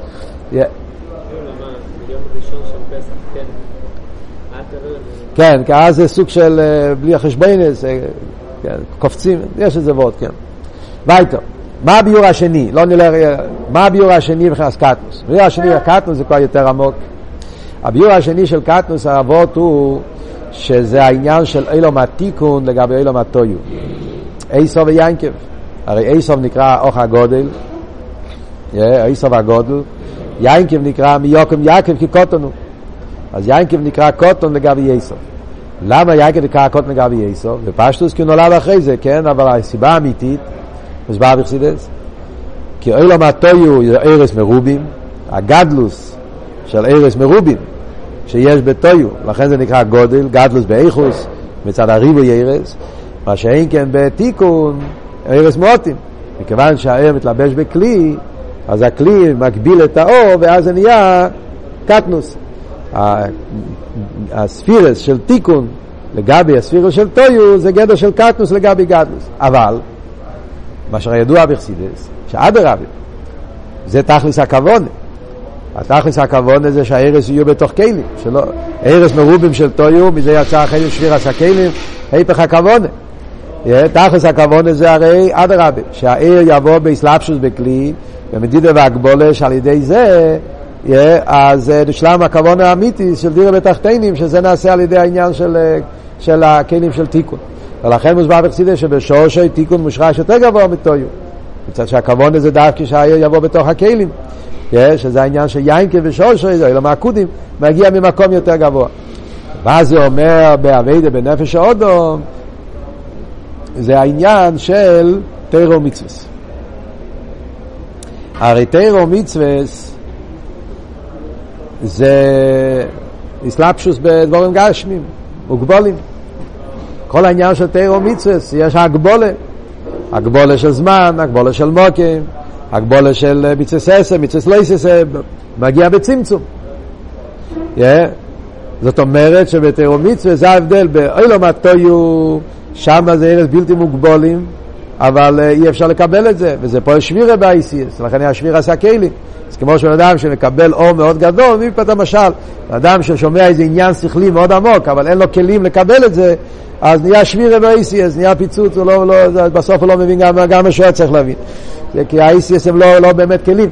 כן, כי אז זה סוג של בלי החשבונס, קופצים, יש איזה וורט, כן. וייטו, מה הביור השני? לא נלך, מה הביור השני בכנס קטנוס? הביור השני לקטנוס זה כבר יותר עמוק. הביור השני של קטנוס, הוורט הוא שזה העניין של אילום התיקון לגבי אילום התויו. איסוב ויינקב, הרי איסוב נקרא אוך הגודל, איסוב הגודל, יינקב נקרא מיוקם יעקב כי קוטנו. אז יינקב נקרא קוטון לגבי יסוף. למה יינקב נקרא קוטון לגבי יסוף? ופשטוס כי הוא נולד אחרי זה, כן? אבל הסיבה האמיתית, מסבר בחסידות, כי אילום התויו זה ארס מרובים, הגדלוס של ארס מרובים, שיש בתויו, לכן זה נקרא גודל, גדלוס באיכוס, מצד הריבוי ארס, מה שאין כן בתיקון, ארס מועטים. מכיוון שהאר מתלבש בכלי, אז הכלי מקביל את האור, ואז זה נהיה קטנוס. הספירס של תיקון לגבי הספירס של טויו זה גדר של קטנוס לגבי גדלוס. אבל מה שידוע בחסידות שעד הרב זה תכלס הכוונה. התכלס הכוונה זה שהארס יהיו בתוך כלים, שלא ארס מרובים של טויו, מזה יצא החיים שבירס הכלים, היפך הכוונה. תכלס הכוונה זה הרי עד הרב שהאר יבוא בהסלאפשוס בכלי במדידה והגבולה שעל ידי זה Yeah, אז נשלם הכוון האמיתי של דירה בתחתינים, שזה נעשה על ידי העניין של, של הכלים של תיקון. ולכן מוסבר בחסידות שבשורשי תיקון מושרש יותר גבוה מתויו. מצד שהכוון הזה דווקא שהאיר יבוא בתוך הכלים. שזה העניין של יינקה ושושו, אלא מהקודים, מגיע ממקום יותר גבוה. מה זה אומר בעבודה בנפש האודום? זה העניין של תורה ומצוות. הרי תורה ומצוות זה אסלאפשוס בדברים גשמיים, מוגבולים. כל העניין של תורה ומצוות יש הגבולה, הגבולה של זמן, הגבולה של מוקים, הגבולה של מצוות עשה, מצוות לא עשה, מגיע בצמצום. Yeah. זאת אומרת שבתורה ומצוות זה ההבדל באילום התוהו, שם זה ארץ בלתי מוגבולים, אבל אי אפשר לקבל את זה, וזה פה שבירה באיסיס, לכן השבירה עשה כלים. אז כמו של אדם שמקבל אור מאוד גדול, מי פת המשל, אדם ששומע איזה עניין שכלי מאוד עמוק, אבל אין לו כלים לקבל את זה, אז נהיה שבירה באיסיס, נהיה פיצוץ, הוא לא, לא, בסוף הוא לא מבין גם, גם משהו צריך להבין. זה כי האיסיס הם לא, לא באמת כלים.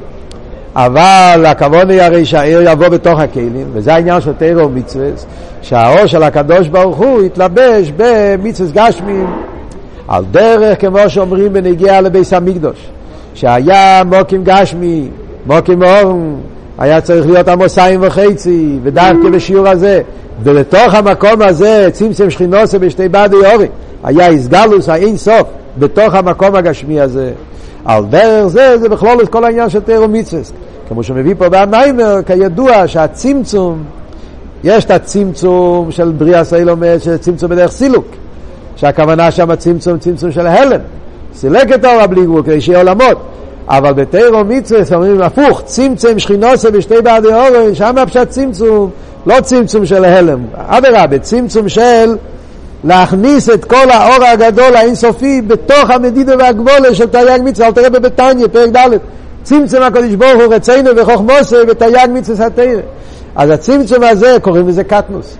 אבל הכוון היא הרי שהאיר יבוא בתוך הכלים, וזה העניין של תורה ומצוות, שהאור של הקדוש ברוך הוא יתלבש במצוות גשמיים, על דרך כמו שאומרים בנגיעה לביס המקדוש, שהיה מוקים גשמי, מוקים אור, היה צריך להיות עמוסיים וחצי, ודווקא בשיעור הזה, ובתוך המקום הזה צמצם שכינוסה בשתי בעדי אורי, היה הסגלוס האין סוף בתוך המקום הגשמי הזה. על דרך זה, זה בכלול את כל העניין של תורה ומצוות. כמו שמביא פה במיימר, כידוע שהצמצום, יש את הצמצום של בריאה סיילומט, שזה צמצום בדרך סילוק, שהכוונה שם הצמצום, צמצום של ההלם, סילק את האור בלי גבול, כדי שיהיה עולמות. אבל בתורה ומצוות אומרים הפוך, צמצם שכינוסה בשתי בעדי אורי, שם הפשט צמצום, לא צמצום של ההלם, אדרבה, צמצום של להכניס את כל האור הגדול האינסופי בתוך המדידה והגבולה של תרי"ג מצוות. אל תראה בבתניא פרק ד', צמצם הקדוש ברוך הוא רצינו וחוכמוסו בתרי"ג מצוות התורה. אז הצמצום הזה קוראים לזה קטנוס,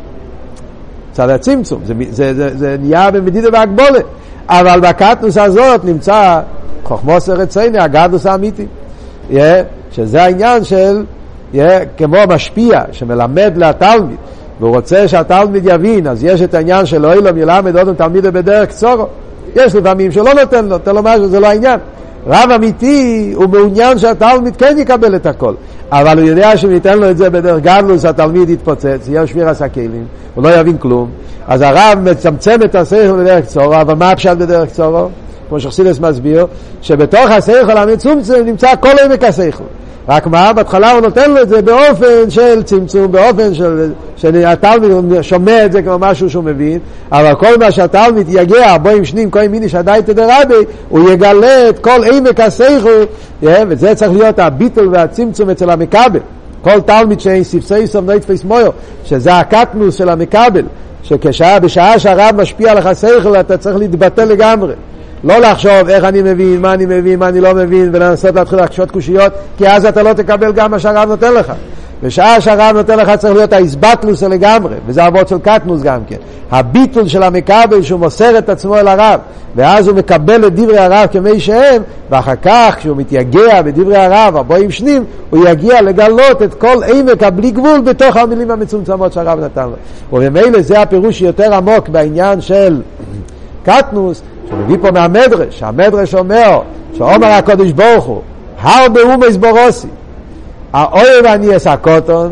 צד הצמצום, זה, זה, זה, זה נהיה במדידה והגבולה, אבל בקטנוס הזאת נמצא חוכמוסו רצינו, הגדלוס האמיתי, yeah, שזה העניין של yeah, כמו משפיע שמלמד לתלמיד והוא רוצה שהתלמיד יבין, אז יש את העניין של אילום ילמד עוד תלמיד בדרך קצורו. יש לפעמים שלא נותן לו, נותן לו משהו, זה לא העניין. רב אמיתי הוא מעוניין שהתלמיד כן יקבל את הכל, אבל הוא יודע שאם ניתן לו את זה בדרך גדלוס, התלמיד יתפוצץ, יהיה שבירת הכלים, הוא לא יבין כלום. אז הרב מצמצם את השכל בדרך קצורו, אבל מה הפשט בדרך קצורו? כמו שחסידס מסביר, שבתוך השכל המצומצם נמצא כל עמק השכל. רק מה, בהתחלה הוא נותן לו את זה באופן של צמצום, באופן של, שהתלמיד שומע את זה כמו משהו שהוא מבין, אבל כל מה שהתלמיד יגיע, בו עם שנים, כל מיני שדאי תדרבי, הוא יגלה את כל עמק השכל, וזה צריך להיות הביטול והצמצום אצל המקבל. כל תלמיד שאין ספסי סוף נועד פייס מויר, שזה הקטנוס של המקבל, שבשעה שהרב משפיע עליך השכל, אתה צריך להתבטל לגמרי. לא לחשוב איך אני מבין, מה אני מבין, מה אני לא מבין, ולנסות להתחיל לחשוב קושיות, כי אז אתה לא תקבל גם מה שהרב נותן לך. בשעה שהרב נותן לך צריך להיות ההסבטלוס לגמרי, וזה עבוד של קטנוס גם כן. הביטול של המקבל שהוא מוסר את עצמו אל הרב, ואז הוא מקבל את דברי הרב כמי שהם, ואחר כך כשהוא מתייגע בדברי הרב, ארבעים שנים, הוא יגיע לגלות את כל עמק הבלי גבול בתוך המילים המצומצמות שהרב נתן לו. ובמילא זה הפירוש יותר עמוק בעניין של קטנוס, שמביא פה מהמדרש, המדרש אומר, שאומר הקדוש ברוך הוא, הרבה אומייס ברוסי, האויב אני אעשה קוטון,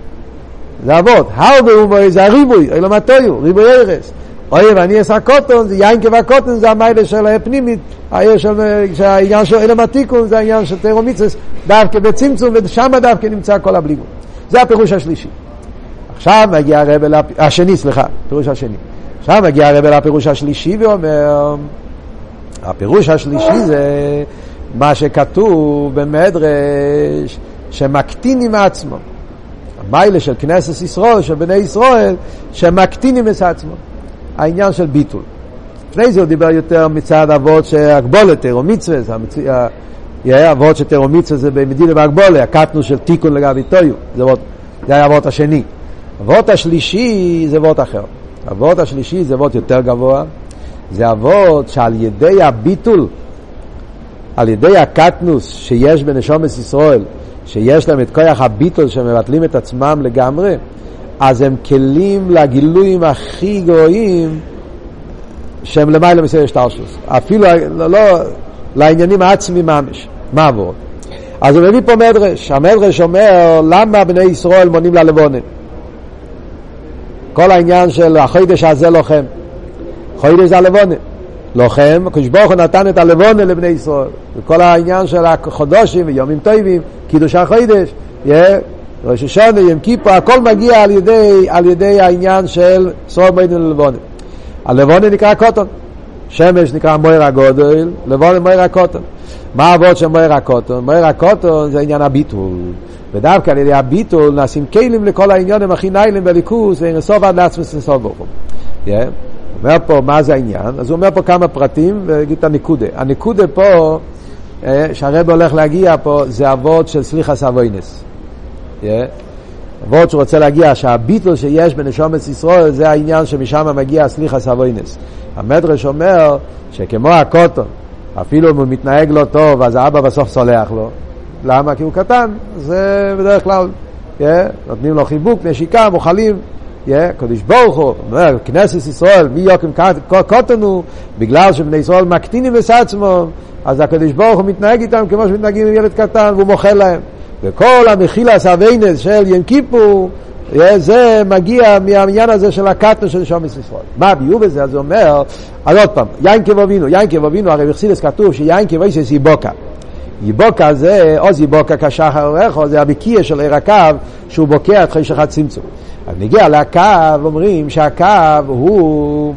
זה עבוד, הרבה אומייס זה הריבוי, אלו מתויו, ריבוי ארס, אויב אני אעשה קוטון, זה יינקה והקוטון, זה המיילה של הפנימית, העניין של אלו מתיקון, זה העניין של תורה ומצוות, דווקא בצמצום, ושם דווקא נמצא כל הבליגות. זה הפירוש השלישי. עכשיו מגיע הרב, השני, סליחה, פירוש השני. עכשיו מגיע הרב לפירוש השלישי ואומר, הפירוש השלישי זה מה שכתוב במדרש, שמקטינים עצמו. המיילה של כנסת ישראל, של בני ישראל, שמקטינים את עצמו. העניין של ביטול. לפני זה הוא דיבר יותר מצד אבות שהגבולה, תורה ומצוות, אבות שתורה ומצוות זה במדינה והגבולה, הקטנוס של תיקון לגבי תוהו, זה היה אבות השני. אבות השלישי זה אבות אחר. אבות השלישי זה אבות יותר גבוה, זה אבות שעל ידי הביטול, על ידי הקטנוס שיש בנשומת ישראל, שיש להם את כוח הביטול שמבטלים את עצמם לגמרי, אז הם כלים לגילויים הכי גבוהים שהם למעלה מסדר שטרשוס, אפילו לא, לא לעניינים העצמיים ממש. מה עבור? אז הוא מביא פה מדרש. המדרש אומר, למה בני ישראל מונים ללבונה? כל העניין של החודש הזה לוחם. חודש זה הלבונה. לוחם, הקדוש ברוך הוא נתן את הלבונה לבני ישראל. וכל העניין של החודשים ויומים טובים, קידוש החודש, ראש השונה, יום כיפור, הכל מגיע על ידי, על ידי העניין של ישראל מועדים ללבונה. הלבונה נקרא קוטון. שמש נקרא מויר הגודל, לבונה מויר הקוטון. מה העבוד של מויר הקוטון? מויר הקוטון זה עניין הביטול. ודווקא על ידי הביטול נעשים כלים לכל העניינים הכי נעלים בליכוס, ואין סוף עד לעצמס לסוף ברוך הוא. הוא אומר פה מה זה העניין, אז הוא אומר פה כמה פרטים ויגיד את הנקודה. הנקודה פה, שהרב הולך להגיע פה, זה עבוד של סליחס אבוינס. עבוד שרוצה להגיע, שהביטול שיש בנשומת ישראל, זה העניין שמשם מגיע סליחס אבוינס. המדרש אומר שכמו הקוטון, אפילו אם הוא מתנהג לא טוב, אז האבא בסוף סולח לו. למה? כי הוא קטן. זה בדרך כלל, yeah, נותנים לו חיבוק, נשיקה, מוכלים. Yeah, קדוש ברוך הוא, אומר, כנסת ישראל, מי יוקם קוטון הוא, בגלל שבני ישראל מקטינים בסעצמם, אז הקדוש ברוך הוא מתנהג איתם כמו שמתנהגים עם ילד קטן, והוא מוכל להם. וכל המחילס אבוינס של יום כיפור, זה מגיע מהעניין הזה של הקטן של נשומת ישראל. מה הביאו בזה? אז הוא אומר, אז עוד פעם, יעקב אבינו, יעקב אבינו, הרי בחסידות כתוב שיעקב אבינו זה יבוקה. יבוקה זה, או יבוקה כשחר אורך, או זה הבקיע של עיר הקו, שהוא בוקע את חשך הצמצום. אז נגיע לקו, אומרים שהקו הוא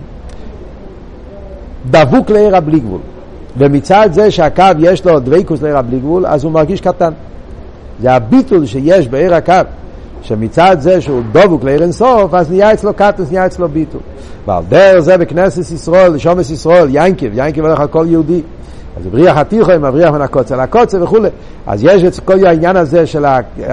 דבוק לעיר הבלי גבול. ומצד זה שהקו יש לו דבקות לעיר הבלי גבול, אז הוא מרגיש קטן. זה הביטול שיש בעיר הקו. שמצד זה שהוא דבוק לעיר אינסוף, אז נהיה אצלו קטנוס, נהיה אצלו ביטול. ועל דרך זה בכנסת ישראל, נשומת ישראל, ינקב, ינקב הולך על כל יהודי. אז בריח התיכו, מבריח מן הקוצה לקוצה וכו'. אז יש את כל העניין הזה של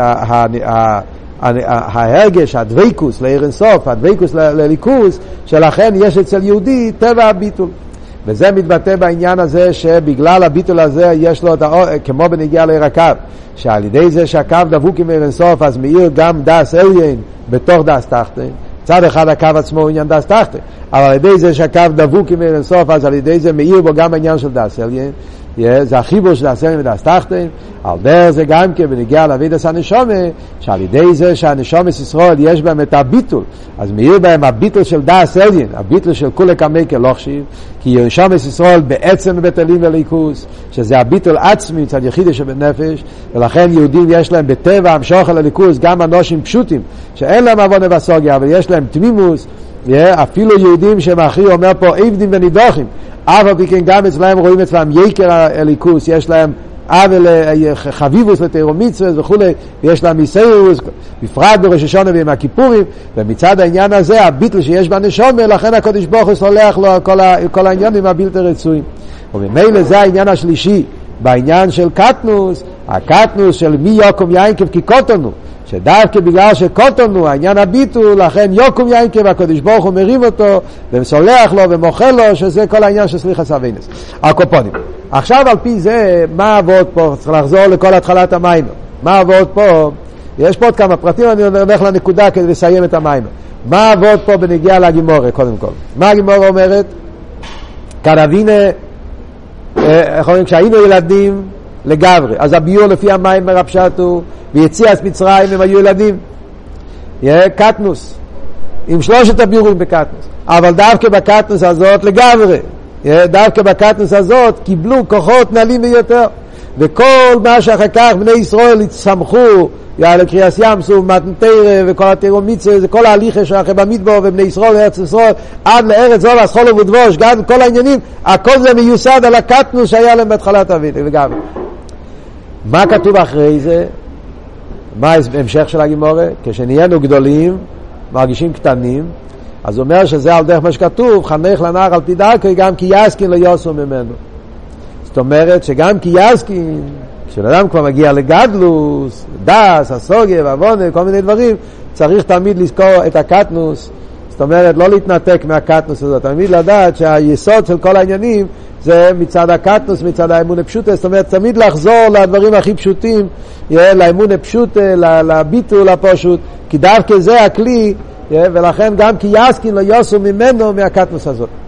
ההרגש, הדבקוס לעיר אינסוף, הדבקוס לליכוס, שלכן יש אצל יהודי טבע הביטול. וזה מתבטא בעניין הזה שבגלל הביטול הזה יש לו, כמו בנגיע לעיר הקו, שעל ידי זה שהקו דבוק עם עיר אינסוף, אז מאיר גם דס עליין בתוך דס תחתין. צד אחד הקו עצמו הוא עניין דס תחתין, אבל על ידי זה שהקו דבוק עם עיר אינסוף, אז על ידי זה מאיר בו גם העניין של דס עליין. זה החיבור של דס עליין ודס תחתין. על דרך זה גם כן בנגיע לעבודת הנשמה, שעל ידי זה שהנשמת ישראל יש בהם את הביטול, אז מאיר בהם הביטול של דס עליין, הביטול של כולי קמי כלוכשיב, כי נשמת ישראל בעצם בטלים וליכוס, שזה הביטול עצמי מצד יחיד שבנפש, ולכן יהודים יש להם בטבע המשוך על הליכוס, גם אנושים פשוטים שאין להם עוונה בסוגיה, אבל יש להם תמימוס, אפילו יהודים שהם אחרי אומר פה עבדים ונידוחים, אבל פיקן גם אצלהם רואים אצלם יקר הליכוס, יש להם אבל חביבוס לתירו מצווה וכו', ויש להם מיסאירוס, בפרט בראש השונה ועם הכיפורים, ומצד העניין הזה, הביטל שיש בנשמה, לכן הקדוש ברוך הוא סולח לו כל, כל העניינים הבלתי רצויים. וממילא זה העניין השלישי, בעניין של קטנוס, הקטנוס של מי יוקום יינקב כי קוטנו, שדווקא בגלל שקוטנו, העניין הביטול, לכן יוקום יינקב, הקדוש ברוך הוא מרים אותו, ומסולח לו ומוכל לו, שזה כל העניין של סליחס אבוינס. הקופונים. עכשיו על פי זה, מה עבוד פה? צריך לחזור לכל התחלת המים. מה עבוד פה? יש פה עוד כמה פרטים, אני הולך לנקודה כדי לסיים את המים. מה עבוד פה בנגיע לגימורה, קודם כל? מה הגימורה אומרת? כאן אבינה, איך אומרים, כשהיינו ילדים לגברי, אז הביור לפי המים מרפשטו, ויציאת מצרים הם היו ילדים. יהיה קטנוס. עם שלושת הביורים בקטנוס. אבל דווקא בקטנוס הזאת לגברי. דווקא בקטנוס הזאת קיבלו כוחות נעלים ביותר. וכל מה שאחר כך בני ישראל הצמחו, לקריאס ים סוף, מתנתרא וכל התירו מצווה, זה כל ההליכה שאחרי במדבר ובני ישראל וארץ ישראל, עד לארץ זו והסחול ובדבוש, גם כל העניינים, הכל זה מיוסד על הקטנוס שהיה להם בהתחלת אבינו לגמרי. מה כתוב אחרי זה? מה ההמשך של הגימורה? כשנהיינו גדולים, מרגישים קטנים, אז הוא אומר שזה על דרך מה שכתוב, חנך לנער על פי דרכו, גם כי יסקין לא יוסו ממנו. זאת אומרת שגם כי יסקין, כשאדם כבר מגיע לגדלוס, דס, הסוגיה, ועוונה, כל מיני דברים, צריך תמיד לזכור את הקטנוס. זאת אומרת, לא להתנתק מהקטנוס הזאת, תמיד לדעת שהיסוד של כל העניינים זה מצד הקטנוס, מצד האמונה פשוטה. זאת אומרת, תמיד לחזור לדברים הכי פשוטים, לאמונה פשוטה, לביטול הפשוט, כי דווקא זה הכלי, ולכן גם כי יסקין לא יוסו ממנו מהקטנוס הזאת.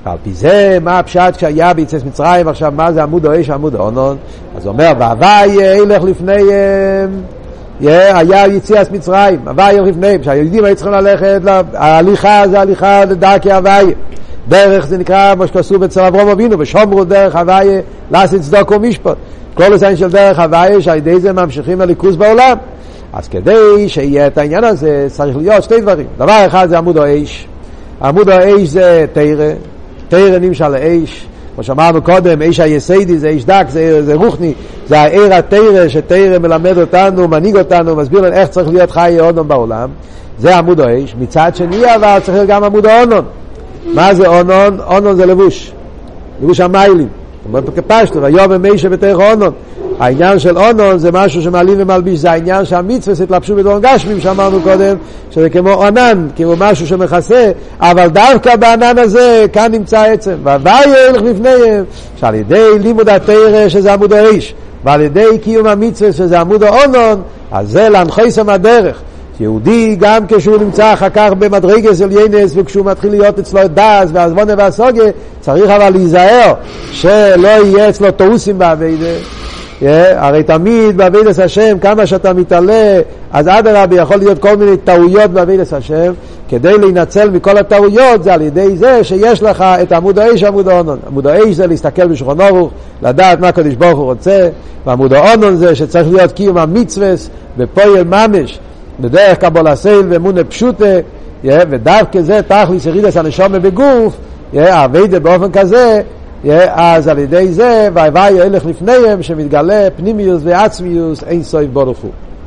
ועל פי זה, מה הפשט כשהיה ביציאת מצרים, עכשיו מה זה עמוד האש, עמוד העונון? אז הוא אומר, והווי ילך לפניהם, היה יציאת מצרים, הווי ילך לפניהם, שהיהודים היו צריכים ללכת, ההליכה זה הליכה לדרכי הווי, דרך זה נקרא מה שתעשו אצל אברהם אבינו, ושומרו דרך הווי לעשות צדוק ומשפט, כל הסיין של דרך הווי, שעל ידי זה ממשיכים הליכוז בעולם. אז כדי שיהיה את העניין הזה צריך להיות שתי דברים. דבר אחד זה עמוד האש, עמוד האש זה תירה, תירה נמשל לאש, כמו שאמרנו קודם, אש היסיידי זה אש דק, זה, זה רוחני, זה העיר התירה, שתירה מלמד אותנו, מנהיג אותנו, מסביר לנו איך צריך להיות חי אונון בעולם, זה עמוד האש. מצד שני אבל צריך להיות גם עמוד האונון. מה זה אונון? אונון זה לבוש, לבוש המיילים, כפשטו, ויום מישה בתוך אונון. העניין של אונון זה משהו שמעלים ומלביש, זה העניין שהמצווה התלבשו בדורון גשמים שאמרנו קודם, שזה כמו ענן, כמו משהו שמכסה, אבל דווקא בענן הזה כאן נמצא עצם, והווי ילך לפניהם, שעל ידי לימוד התורה שזה עמוד האש, ועל ידי קיום המצווה שזה עמוד האונון, אז זה להנחוס הדרך. יהודי גם כשהוא נמצא אחר כך במדרגה של ינס, וכשהוא מתחיל להיות אצלו דס והזבונה והסוגה, צריך אבל להיזהר שלא יהיה אצלו תאוסים בעבודה. Yeah, הרי תמיד בעבודת השם כמה שאתה מתעלה, אז אדרבה יכול להיות כל מיני טעויות בעבודת השם. כדי להינצל מכל הטעויות זה על ידי זה שיש לך את עמוד האש, עמוד האונון. עמוד האש זה להסתכל בשולחן ערוך, לדעת מה הקדוש ברוך הוא רוצה, ועמוד האונון זה שצריך להיות קיום המצווה בפועל ממש בדרך קבלה סייל ואמונה פשוטה, yeah, ודווקא זה תכלס ירידת הנשמה בגוף, yeah, העבודה באופן כזה, Yeah, אז על ידי זה והווי ילך לפניהם שמתגלה פנימיוס ועצמיוס אין סוף ברוך הוא.